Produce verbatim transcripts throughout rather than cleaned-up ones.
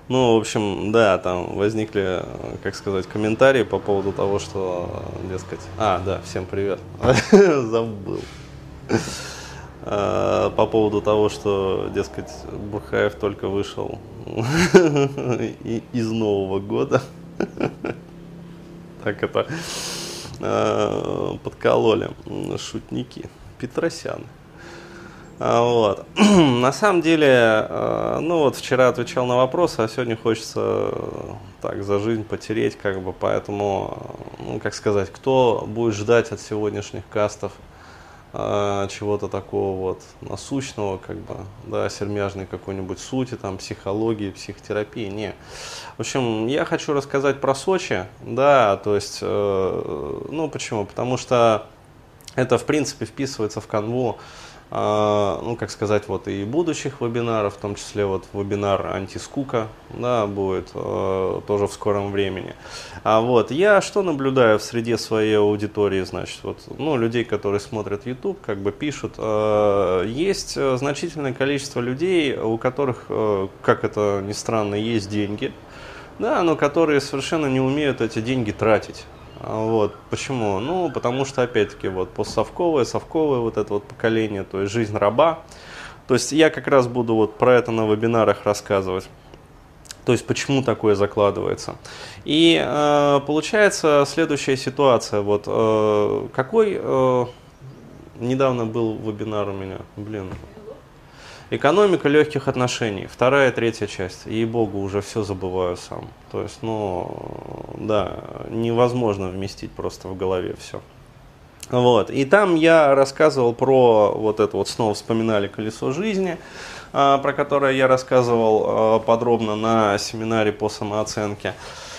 Ну, в общем, да, там возникли, как сказать, комментарии по поводу того, что, дескать... А, да, всем привет. Забыл. По поводу того, что, дескать, Бурхаев только вышел из Нового года. Так это подкололи шутники, Петросян. Вот. На самом деле, ну вот вчера отвечал на вопросы, а сегодня хочется так за жизнь потереть, как бы, поэтому, ну, как сказать, кто будет ждать от сегодняшних кастов чего-то такого вот насущного, как бы, да, сермяжной какой-нибудь сути, там, психологии, психотерапии, не. В общем, я хочу рассказать про Сочи, да, то есть, ну, почему? Потому что это, в принципе, вписывается в канву, ну, как сказать, вот и будущих вебинаров, в том числе вот вебинар антискука, да, будет э, тоже в скором времени. А вот я что наблюдаю в среде своей аудитории, значит, вот, ну, людей, которые смотрят YouTube, как бы пишут, э, есть значительное количество людей, у которых, э, как это ни странно, есть деньги, да, но которые совершенно не умеют эти деньги тратить. Вот. Почему? Ну, потому что, опять-таки, вот постсовковое, совковое вот это вот поколение, то есть жизнь раба. То есть я как раз буду вот про это на вебинарах рассказывать. То есть почему такое закладывается. И э, получается следующая ситуация. Вот э, какой э, недавно был вебинар у меня, блин. Экономика легких отношений. Вторая, третья часть. Ей-богу, уже все забываю сам. То есть, ну, да, невозможно вместить просто в голове все. Вот. И там я рассказывал про вот это вот, снова вспоминали колесо жизни, про которое я рассказывал подробно на семинаре по самооценке.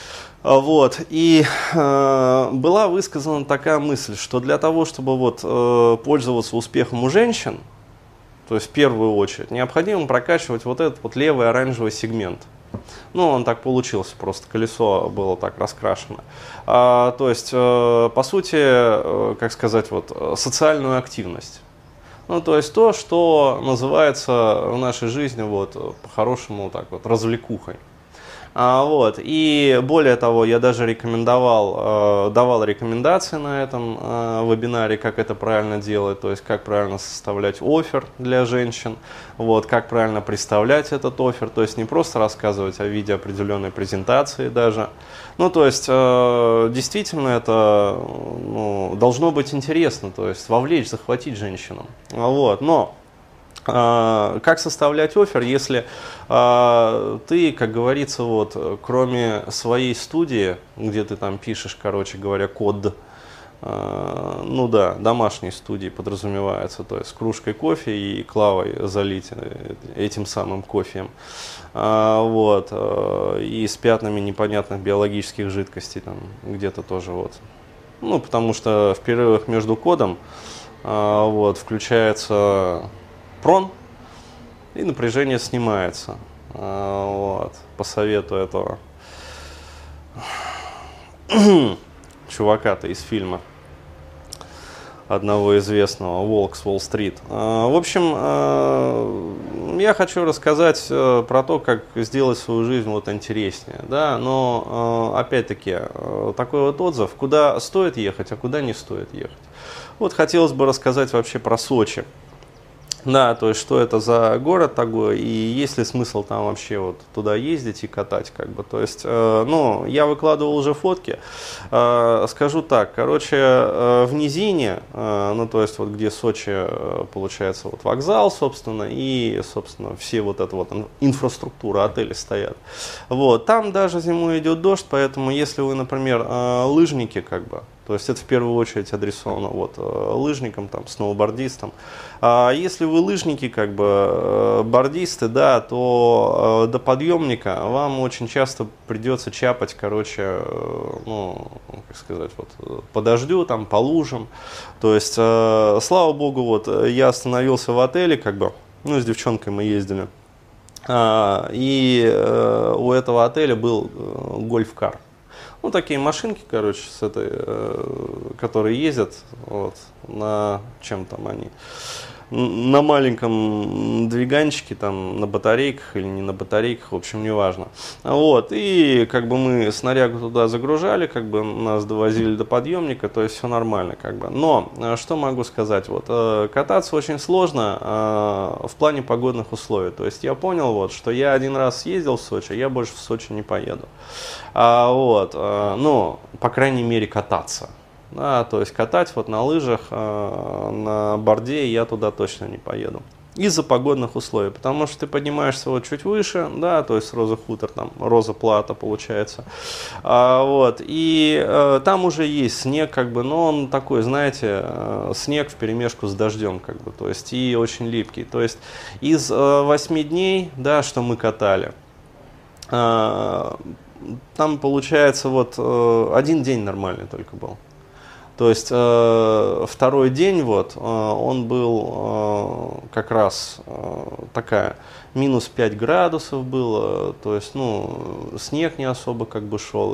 Вот. И э, была высказана такая мысль, что для того, чтобы вот, э, пользоваться успехом у женщин, то есть в первую очередь необходимо прокачивать вот этот вот левый оранжевый сегмент. Ну, он так получился, просто колесо было так раскрашено. А, то есть, э, по сути, э, как сказать, вот, социальную активность. Ну, то есть то, что называется в нашей жизни вот, по-хорошему так вот, развлекухой. А, вот. И более того, я даже рекомендовал, э, давал рекомендации на этом э, вебинаре, как это правильно делать, то есть как правильно составлять оффер для женщин, вот, как правильно представлять этот оффер, то есть не просто рассказывать о виде определенной презентации даже. Ну, то есть э, действительно это, ну, должно быть интересно, то есть вовлечь, захватить женщину. Вот. Но как составлять оффер, если а, ты, как говорится, вот, кроме своей студии, где ты там пишешь, короче говоря, код, а, ну да, домашней студии подразумевается, то есть с кружкой кофе и клавой залить этим самым кофеем, а, вот, и с пятнами непонятных биологических жидкостей там где-то тоже вот. Ну, потому что в перерывах между кодом а, вот, включается прон, и напряжение снимается. Вот, по совету этого чувака-то из фильма одного известного, «Волк с Уолл-стрит». В общем, я хочу рассказать про то, как сделать свою жизнь вот интереснее. Да? Но, опять-таки, такой вот отзыв, куда стоит ехать, а куда не стоит ехать. Вот хотелось бы рассказать вообще про Сочи. Да, то есть, что это за город такой, и есть ли смысл там вообще вот туда ездить и катать, как бы, то есть, э, ну, я выкладывал уже фотки, э, скажу так, короче, э, в низине, э, ну, то есть, вот где Сочи, э, получается, вот вокзал, собственно, и, собственно, все вот эта вот инфраструктура, отели стоят, вот, там даже зимой идет дождь, поэтому, если вы, например, э, лыжники, как бы, то есть это в первую очередь адресовано вот, лыжникам, там, сноубордистам. А если вы лыжники, как бы бордисты, да, то до подъемника вам очень часто придется чапать, короче, ну, как сказать, вот, по дождю, там, по лужам. То есть, слава богу, вот я остановился в отеле, как бы, ну, с девчонкой мы ездили, и у этого отеля был гольф-кар. Ну, такие машинки, короче, с этой, э, которые ездят, вот, на чем там они, на маленьком двиганчике, там, на батарейках или не на батарейках, в общем, неважно. Вот, и как бы мы снарягу туда загружали, как бы нас довозили до подъемника, то есть все нормально, как бы. Но, что могу сказать, вот, кататься очень сложно в плане погодных условий. То есть я понял, вот, что я один раз съездил в Сочи, я больше в Сочи не поеду. А, вот, ну, по крайней мере, кататься. Да, то есть катать вот на лыжах, э, на борде я туда точно не поеду. Из-за погодных условий, потому что ты поднимаешься вот чуть выше, да, то есть Роза Хутор, там Роза Плата получается, а, вот, и э, там уже есть снег, как бы, но он такой, знаете, э, снег вперемешку с дождем, как бы, то есть и очень липкий, то есть из э, восьми дней, да, что мы катали, э, там получается вот э, один день нормальный только был. То есть э, второй день вот, э, он был э, как раз э, такая, минус пять градусов было, то есть ну, снег не особо как бы шел,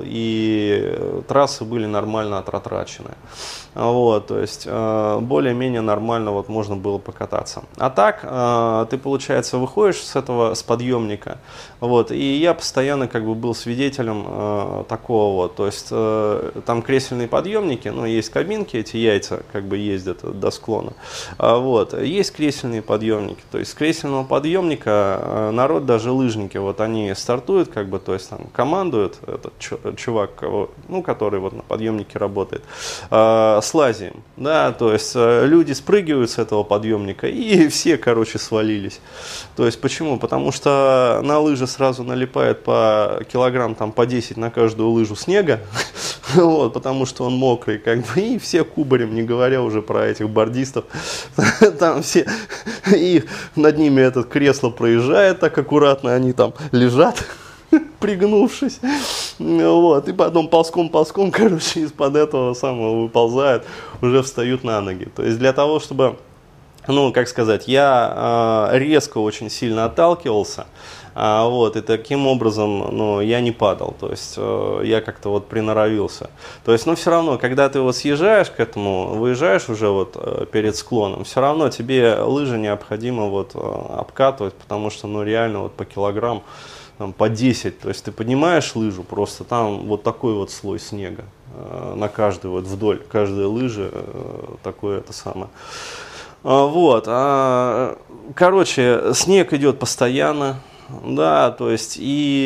и трассы были нормально отратрачены. Вот, то есть э, более-менее нормально вот можно было покататься. А так э, ты, получается, выходишь с этого, с подъемника, вот, и я постоянно как бы был свидетелем э, такого вот, то есть э, там кресельные подъемники, ну, есть кабинки, эти яйца как бы ездят до склона, а, вот, есть кресельные подъемники, то есть с кресельного подъемника э, народ, даже лыжники, вот они стартуют, как бы, то есть там командуют этот чувак, ну, который вот на подъемнике работает, э, с лазием, да, то есть э, люди спрыгивают с этого подъемника и все, короче, свалились. То есть почему? Потому что на лыжи сразу налипает по килограмм, там, по десять на каждую лыжу снега, вот, потому что он мокрый, как бы, и все кубарем, не говоря уже про этих бордистов, там все, и над ними это кресло проезжает так аккуратно, они там лежат, пригнувшись, вот, и потом ползком-ползком, короче, из-под этого самого выползают, уже встают на ноги. То есть для того, чтобы, ну, как сказать, я э, резко очень сильно отталкивался, э, вот, и таким образом, ну, я не падал, то есть э, я как-то вот приноровился. То есть, но все равно, когда ты вот съезжаешь к этому, выезжаешь уже вот э, перед склоном, все равно тебе лыжи необходимо вот э, обкатывать, потому что, ну, реально вот по килограмм, там, по десять, то есть ты поднимаешь лыжу, просто там вот такой вот слой снега э, на каждой, вот вдоль каждой лыжи, э, такое это самое. А, вот, а, короче, снег идет постоянно, да, то есть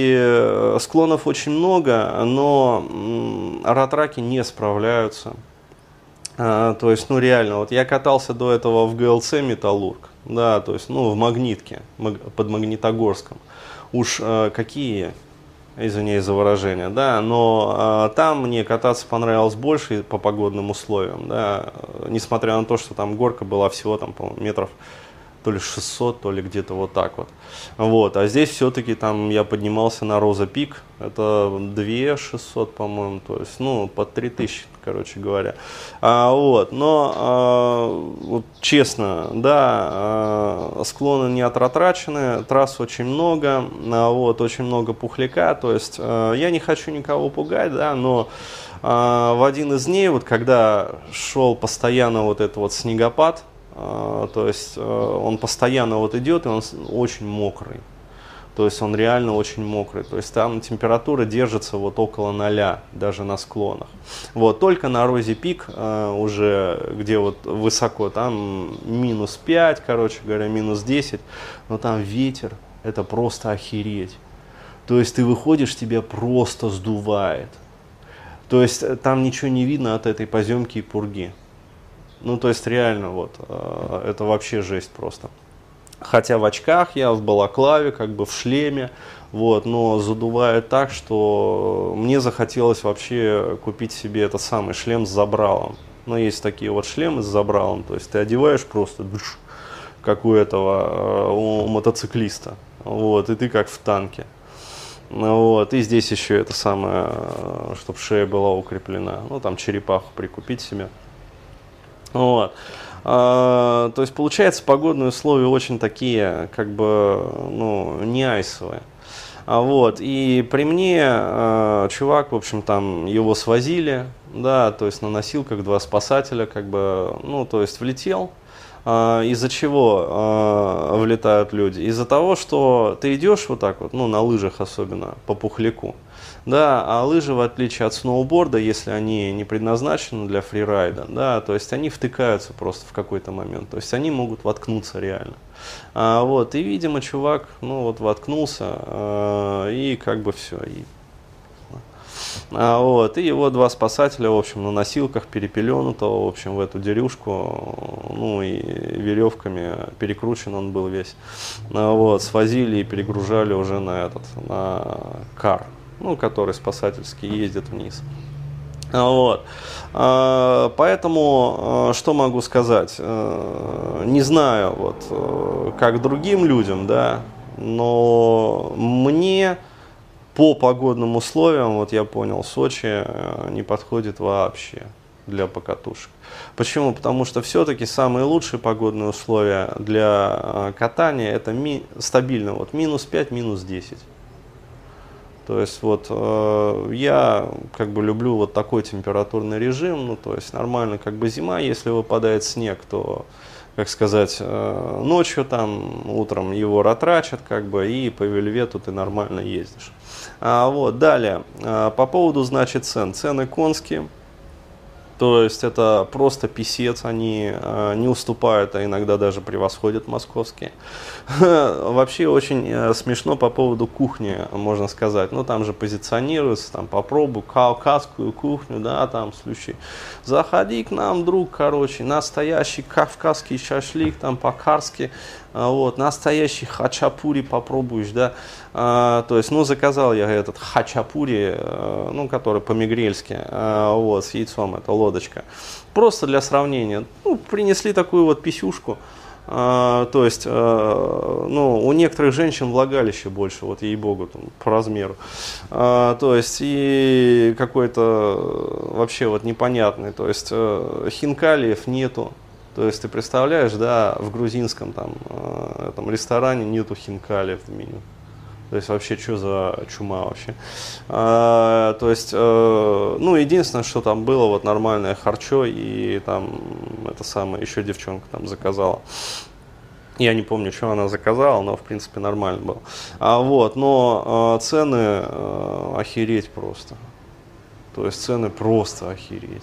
и склонов очень много, но м, ратраки не справляются. А, то есть, ну реально, вот я катался до этого в ГЛЦ Металлург, да, то есть, ну в Магнитке, под Магнитогорском. Уж э, какие, извиняюсь за выражение, да, но э, там мне кататься понравилось больше по погодным условиям, да, несмотря на то, что там горка была всего, там, по-моему, метров то ли шестьсот, то ли где-то вот так вот. Вот, а здесь все-таки там я поднимался на Роза Пик, это две тысячи шестьсот, по-моему, то есть, ну, под три тысячи, короче говоря. А, вот, но, а, вот, честно, да, а, склоны не отратрачены, трасс очень много, а, вот, очень много пухляка, то есть, а, я не хочу никого пугать, да, но а, в один из дней, вот, когда шел постоянно вот этот вот снегопад, то есть он постоянно вот идет, и он очень мокрый. То есть он реально очень мокрый. То есть там температура держится вот около ноля, даже на склонах. Вот, только на Розе Пик, уже где вот высоко, там минус пять, короче говоря, минус десять. Но там ветер, это просто охереть. То есть ты выходишь, тебя просто сдувает. То есть там ничего не видно от этой поземки и пурги. Ну, то есть, реально, вот, э, это вообще жесть просто. Хотя в очках я, в балаклаве, как бы в шлеме, вот, но задувает так, что мне захотелось вообще купить себе этот самый шлем с забралом. Ну, есть такие вот шлемы с забралом, то есть ты одеваешь просто, бш, как у этого, э, у мотоциклиста, вот, и ты как в танке. Вот, и здесь еще это самое, э, чтобы шея была укреплена, ну, там черепаху прикупить себе. Вот. А, то есть получается погодные условия очень такие, как бы, ну, не айсовые. А, вот. И при мне а, чувак, в общем, там его свозили, да, то есть на носилках два спасателя, как бы, ну, то есть влетел, А, из-за чего а, влетают люди? Из-за того, что ты идешь вот так вот, ну, на лыжах особенно, по пухляку. Да, а лыжи, в отличие от сноуборда, если они не предназначены для фрирайда, да, то есть они втыкаются просто в какой-то момент, то есть они могут воткнуться реально. А, вот, и, видимо, чувак, ну, вот воткнулся, а, и как бы все, и А, вот, и его два спасателя, в общем, на носилках перепеленутого, в общем, в эту дерюшку, ну и веревками перекручен он был весь, а, вот, свозили и перегружали уже на этот, на кар, ну, который спасательский ездит вниз. А, вот. А, поэтому, а, что могу сказать, а, не знаю, вот, а, как другим людям, да, но мне по погодным условиям, вот я понял, Сочи не подходит вообще для покатушек. Почему? Потому что все-таки самые лучшие погодные условия для катания это ми- стабильно, вот минус пять, минус десять. То есть вот э, я как бы люблю вот такой температурный режим, ну то есть нормально как бы зима, если выпадает снег, то, как сказать, э, ночью там, утром его ратрачат как бы и по вельвету ты нормально ездишь. А, вот, далее, а, по поводу, значит, цен. Цены конские, то есть это просто писец, они а, не уступают, а иногда даже превосходят московские. Вообще очень а, смешно по поводу кухни, можно сказать. Ну, там же позиционируется, там, попробуй кавказскую кухню, да, там, случай. Заходи к нам, друг, короче, настоящий кавказский шашлык, там, по-карски. Вот, настоящий хачапури попробуешь, да, а, то есть, ну, заказал я этот хачапури, а, ну, который по-мигрельски, а, вот, с яйцом, это лодочка, просто для сравнения, ну, принесли такую вот писюшку, а, то есть, а, ну, у некоторых женщин влагалище больше, вот, ей-богу, там, по размеру, а, то есть, и какой-то вообще вот непонятный, то есть, а, хинкалиев нету. То есть ты представляешь, да, в грузинском там, э, там ресторане нету хинкали в меню. То есть вообще что за чума вообще. А, то есть, э, ну единственное, что там было, вот нормальное харчо и там это самое, еще девчонка там заказала. Я не помню, что она заказала, но в принципе нормально было. А, вот, но э, цены э, охереть просто. То есть цены просто охереть.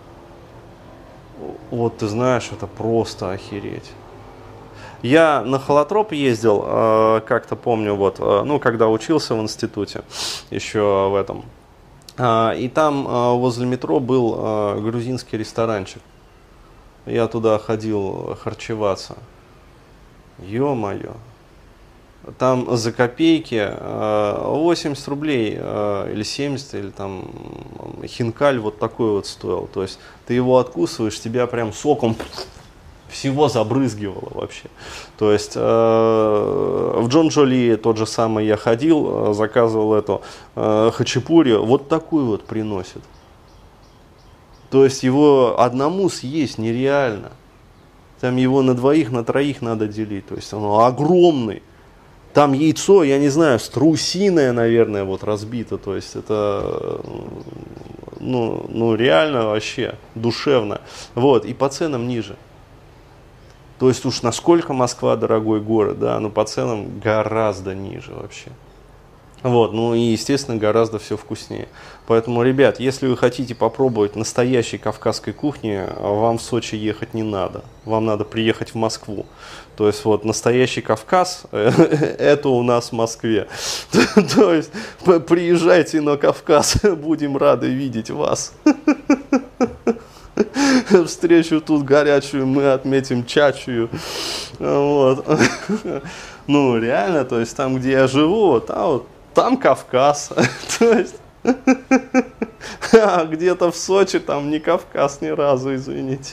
Вот ты знаешь, это просто охереть. Я на холотроп ездил, э, как-то помню, вот, э, ну, когда учился в институте, еще в этом. Э, и там э, возле метро был э, грузинский ресторанчик. Я туда ходил харчеваться. Ё-моё. Там за копейки восемьдесят рублей или семьдесят, или там хинкаль вот такой вот стоил. То есть ты его откусываешь, тебя прям соком всего забрызгивало вообще. То есть э, в Джонджоли тот же самый я ходил, заказывал эту э, хачапури, вот такую вот приносит. То есть его одному съесть нереально. Там его на двоих, на троих надо делить. То есть оно огромный. Там яйцо, я не знаю, страусиное, наверное, вот разбито. То есть это, ну, ну реально вообще душевно. Вот, и по ценам ниже. То есть уж насколько Москва дорогой город, да, но по ценам гораздо ниже вообще. Вот, ну и, естественно, гораздо все вкуснее. Поэтому, ребят, если вы хотите попробовать настоящей кавказской кухни, вам в Сочи ехать не надо. Вам надо приехать в Москву. То есть, вот, настоящий Кавказ, это у нас в Москве. То есть, приезжайте на Кавказ, будем рады видеть вас. Встречу тут горячую мы отметим чачую. Вот. Ну, реально, то есть, там, где я живу, там вот, там Кавказ, то есть, а где-то в Сочи там не Кавказ ни разу, извините.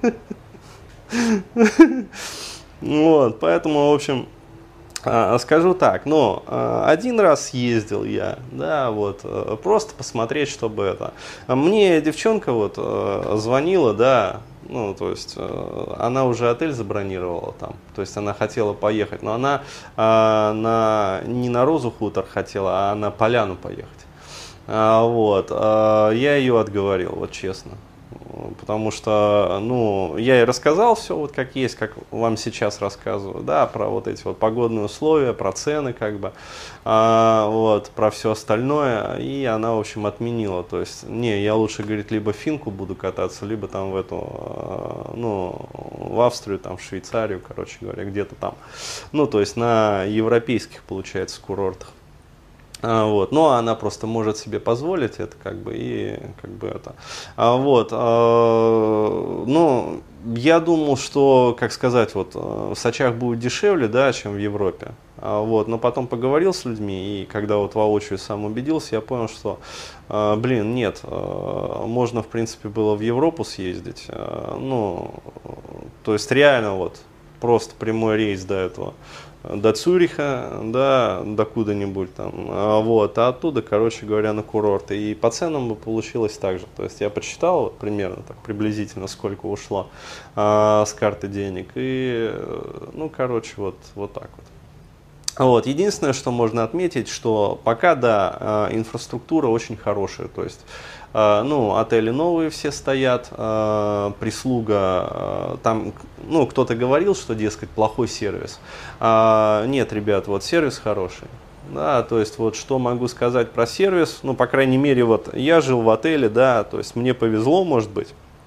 Вот, поэтому, в общем, скажу так, ну, один раз съездил я, да, вот, просто посмотреть, чтобы это. Мне девчонка вот звонила, да, ну, то есть, она уже отель забронировала там, то есть, она хотела поехать, но она а, на, не на Розу хутор хотела, а на Поляну поехать. А, вот, а, я ее отговорил, вот честно. Потому что, ну, я и рассказал все вот как есть, как вам сейчас рассказываю, да, про вот эти вот погодные условия, про цены, как бы, а, вот, про все остальное, и она, в общем, отменила, то есть, не, я лучше, говорит, либо в Финку буду кататься, либо там в эту, а, ну, в Австрию, там, в Швейцарию, короче говоря, где-то там, ну, то есть, на европейских, получается, курортах. А, вот. Но она просто может себе позволить это, как бы, и как бы это. А, вот. А, ну, я думал, что, как сказать, вот, в Сочах будет дешевле, да, чем в Европе. А, вот. Но потом поговорил с людьми, и когда вот воочию сам убедился, я понял, что, а, блин, нет, а, можно, в принципе, было в Европу съездить. А, ну, то есть реально вот, просто прямой рейс до этого. До Цюриха, да, до куда-нибудь там, а, вот, а оттуда, короче говоря, на курорты. И по ценам бы получилось так же. То есть я посчитал вот, примерно так приблизительно, сколько ушло а, с карты денег. И, ну, короче, вот, вот так вот. Вот. Единственное, что можно отметить, что пока, да, инфраструктура очень хорошая, то есть, ну, отели новые все стоят, прислуга, там, ну, кто-то говорил, что, дескать, плохой сервис. Нет, ребят, вот сервис хороший. Да, то есть, вот что могу сказать про сервис, ну, по крайней мере, вот я жил в отеле, да, то есть мне повезло, может быть,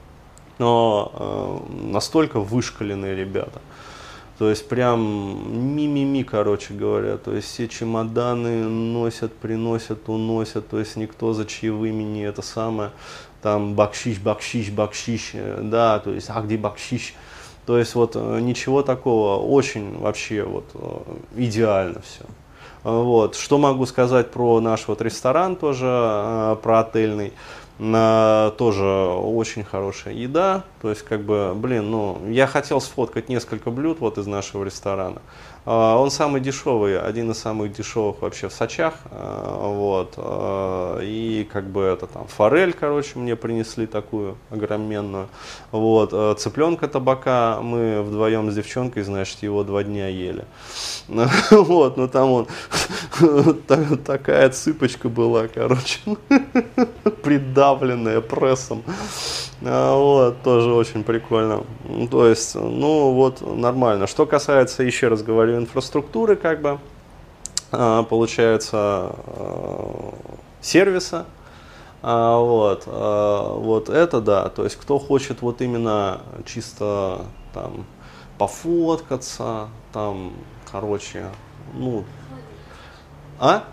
но настолько вышкаленные ребята. То есть прям ми-ми-ми, короче говоря, то есть все чемоданы носят, приносят, уносят, то есть никто за чаевыми не это самое, там бакшиш, бакшиш, бакшиш, да, то есть а где бакшиш, то есть вот ничего такого, очень вообще вот идеально все. Вот. Что могу сказать про наш вот ресторан тоже, про отельный. Тоже очень хорошая еда, то есть как бы, блин, ну, я хотел сфоткать несколько блюд вот из нашего ресторана. Он самый дешевый, один из самых дешевых вообще в Сочах, вот, и как бы это там форель, короче, мне принесли такую огроменную, вот, цыпленка табака, мы вдвоем с девчонкой, значит, его два дня ели, вот, ну там он, такая цыпочка была, короче, придавленная прессом, вот, тоже очень прикольно, то есть, ну, вот, нормально. Что касается, еще раз говорю, инфраструктуры, как бы, получается, сервиса, вот, вот это да, то есть, кто хочет вот именно чисто там пофоткаться, там, короче, ну, а?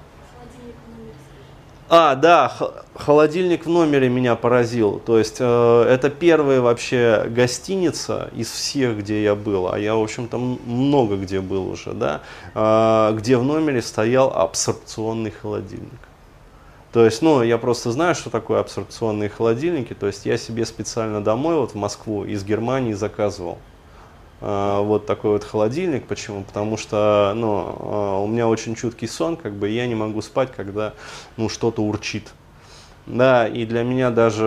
А, да, холодильник в номере меня поразил. То есть э, это первая вообще гостиница из всех, где я был, а я, в общем-то, много где был уже, да, э, где в номере стоял абсорбционный холодильник. То есть, ну, я просто знаю, что такое абсорбционные холодильники. То есть я себе специально домой, вот в Москву, из Германии заказывал. Вот такой вот холодильник. Почему? Потому что, ну, у меня очень чуткий сон, как бы я не могу спать, когда, ну, что-то урчит. Да, и для меня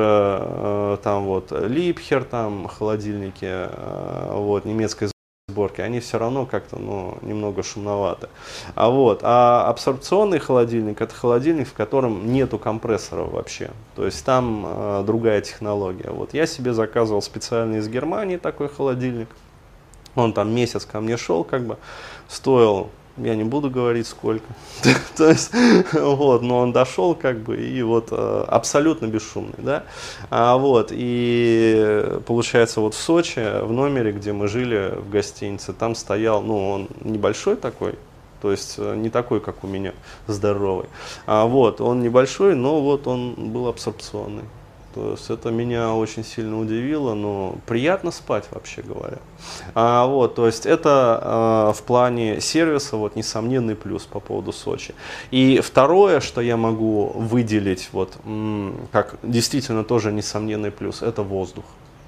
даже там вот Липхер, там холодильники, вот, немецкой сборки, они все равно как-то, ну, немного шумноваты. А вот, а абсорбционный холодильник — это холодильник, в котором нету компрессора вообще. То есть там э, другая технология. Вот я себе заказывал специально из Германии такой холодильник. Он там месяц ко мне шел, как бы, стоил, я не буду говорить сколько, то есть, вот, но он дошел, как бы, и вот абсолютно бесшумный, да, а вот, и получается, вот в Сочи, в номере, где мы жили, в гостинице, там стоял, ну, он небольшой такой, то есть не такой, как у меня, здоровый, а вот, он небольшой, но вот он был абсорбционный. То есть это меня очень сильно удивило, но приятно спать, вообще говоря. А, вот, то есть это а, в плане сервиса вот, несомненный плюс по поводу Сочи. И второе, что я могу выделить, вот, м, как действительно тоже несомненный плюс, это воздух.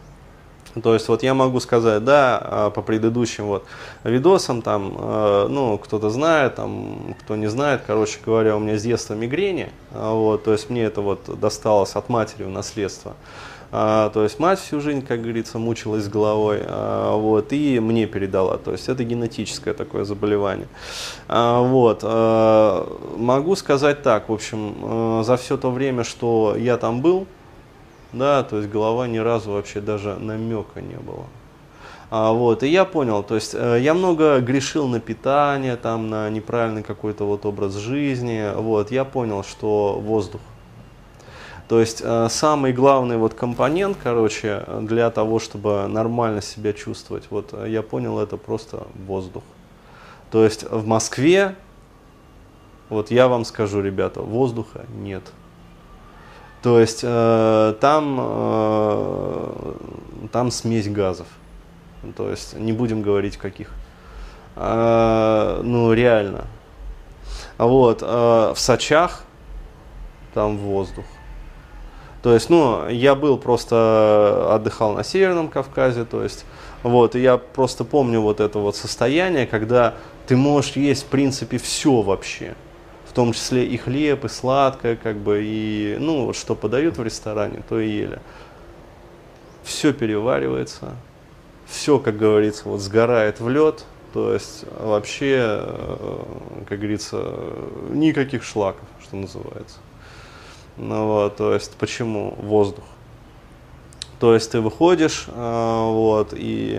То есть вот я могу сказать, да, по предыдущим вот видосам, там, ну, кто-то знает, там, кто не знает, короче говоря, у меня с детства мигрени, вот, то есть мне это вот досталось от матери в наследство. То есть мать всю жизнь, как говорится, мучилась головой, вот, и мне передала, то есть это генетическое такое заболевание. Вот, могу сказать так, в общем, за все то время, что я там был, да, то есть голова ни разу вообще даже намека не было. А, вот, и я понял, то есть э, я много грешил на питание, там, на неправильный какой-то вот образ жизни, вот, я понял, что воздух. То есть э, самый главный вот компонент, короче, для того, чтобы нормально себя чувствовать, вот я понял, это просто воздух. То есть в Москве, вот я вам скажу, ребята, воздуха нет. То есть э, там, э, там смесь газов. То есть не будем говорить каких. Э, ну реально. Вот, э, в Сочах там воздух. То есть, ну, я был просто, отдыхал на Северном Кавказе, то есть, вот, и я просто помню вот это вот состояние, когда ты можешь есть, в принципе, все вообще, в том числе и хлеб, и сладкое, как бы, и, ну, вот, что подают в ресторане, то и ели. Все переваривается, все, как говорится, вот, сгорает в лед, то есть, вообще, как говорится, никаких шлаков, что называется. Ну, вот, то есть, почему воздух? То есть, ты выходишь, э, вот, и,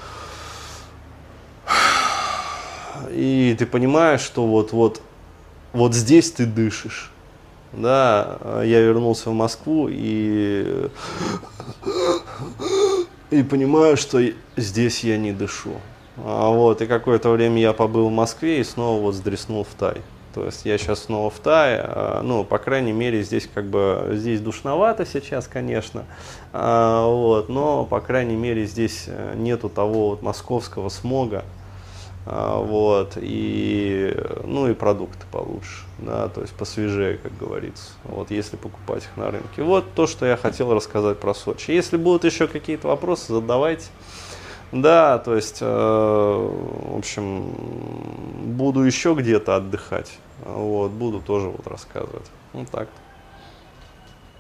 и ты понимаешь, что вот, вот, вот здесь ты дышишь. Да, я вернулся в Москву и, и понимаю, что здесь я не дышу. А, вот, и какое-то время я побыл в Москве и снова вот сдреснул в Тай. То есть я сейчас снова в Тае, ну, по крайней мере, здесь как бы, здесь душновато сейчас, конечно, вот, но, по крайней мере, здесь нету того вот московского смога, вот, и, ну, и продукты получше, да, то есть посвежее, как говорится, вот, если покупать их на рынке. Вот то, что я хотел рассказать про Сочи. Если будут еще какие-то вопросы, задавайте. Да, то есть, э, в общем, буду еще где-то отдыхать, вот, буду тоже вот рассказывать, вот так.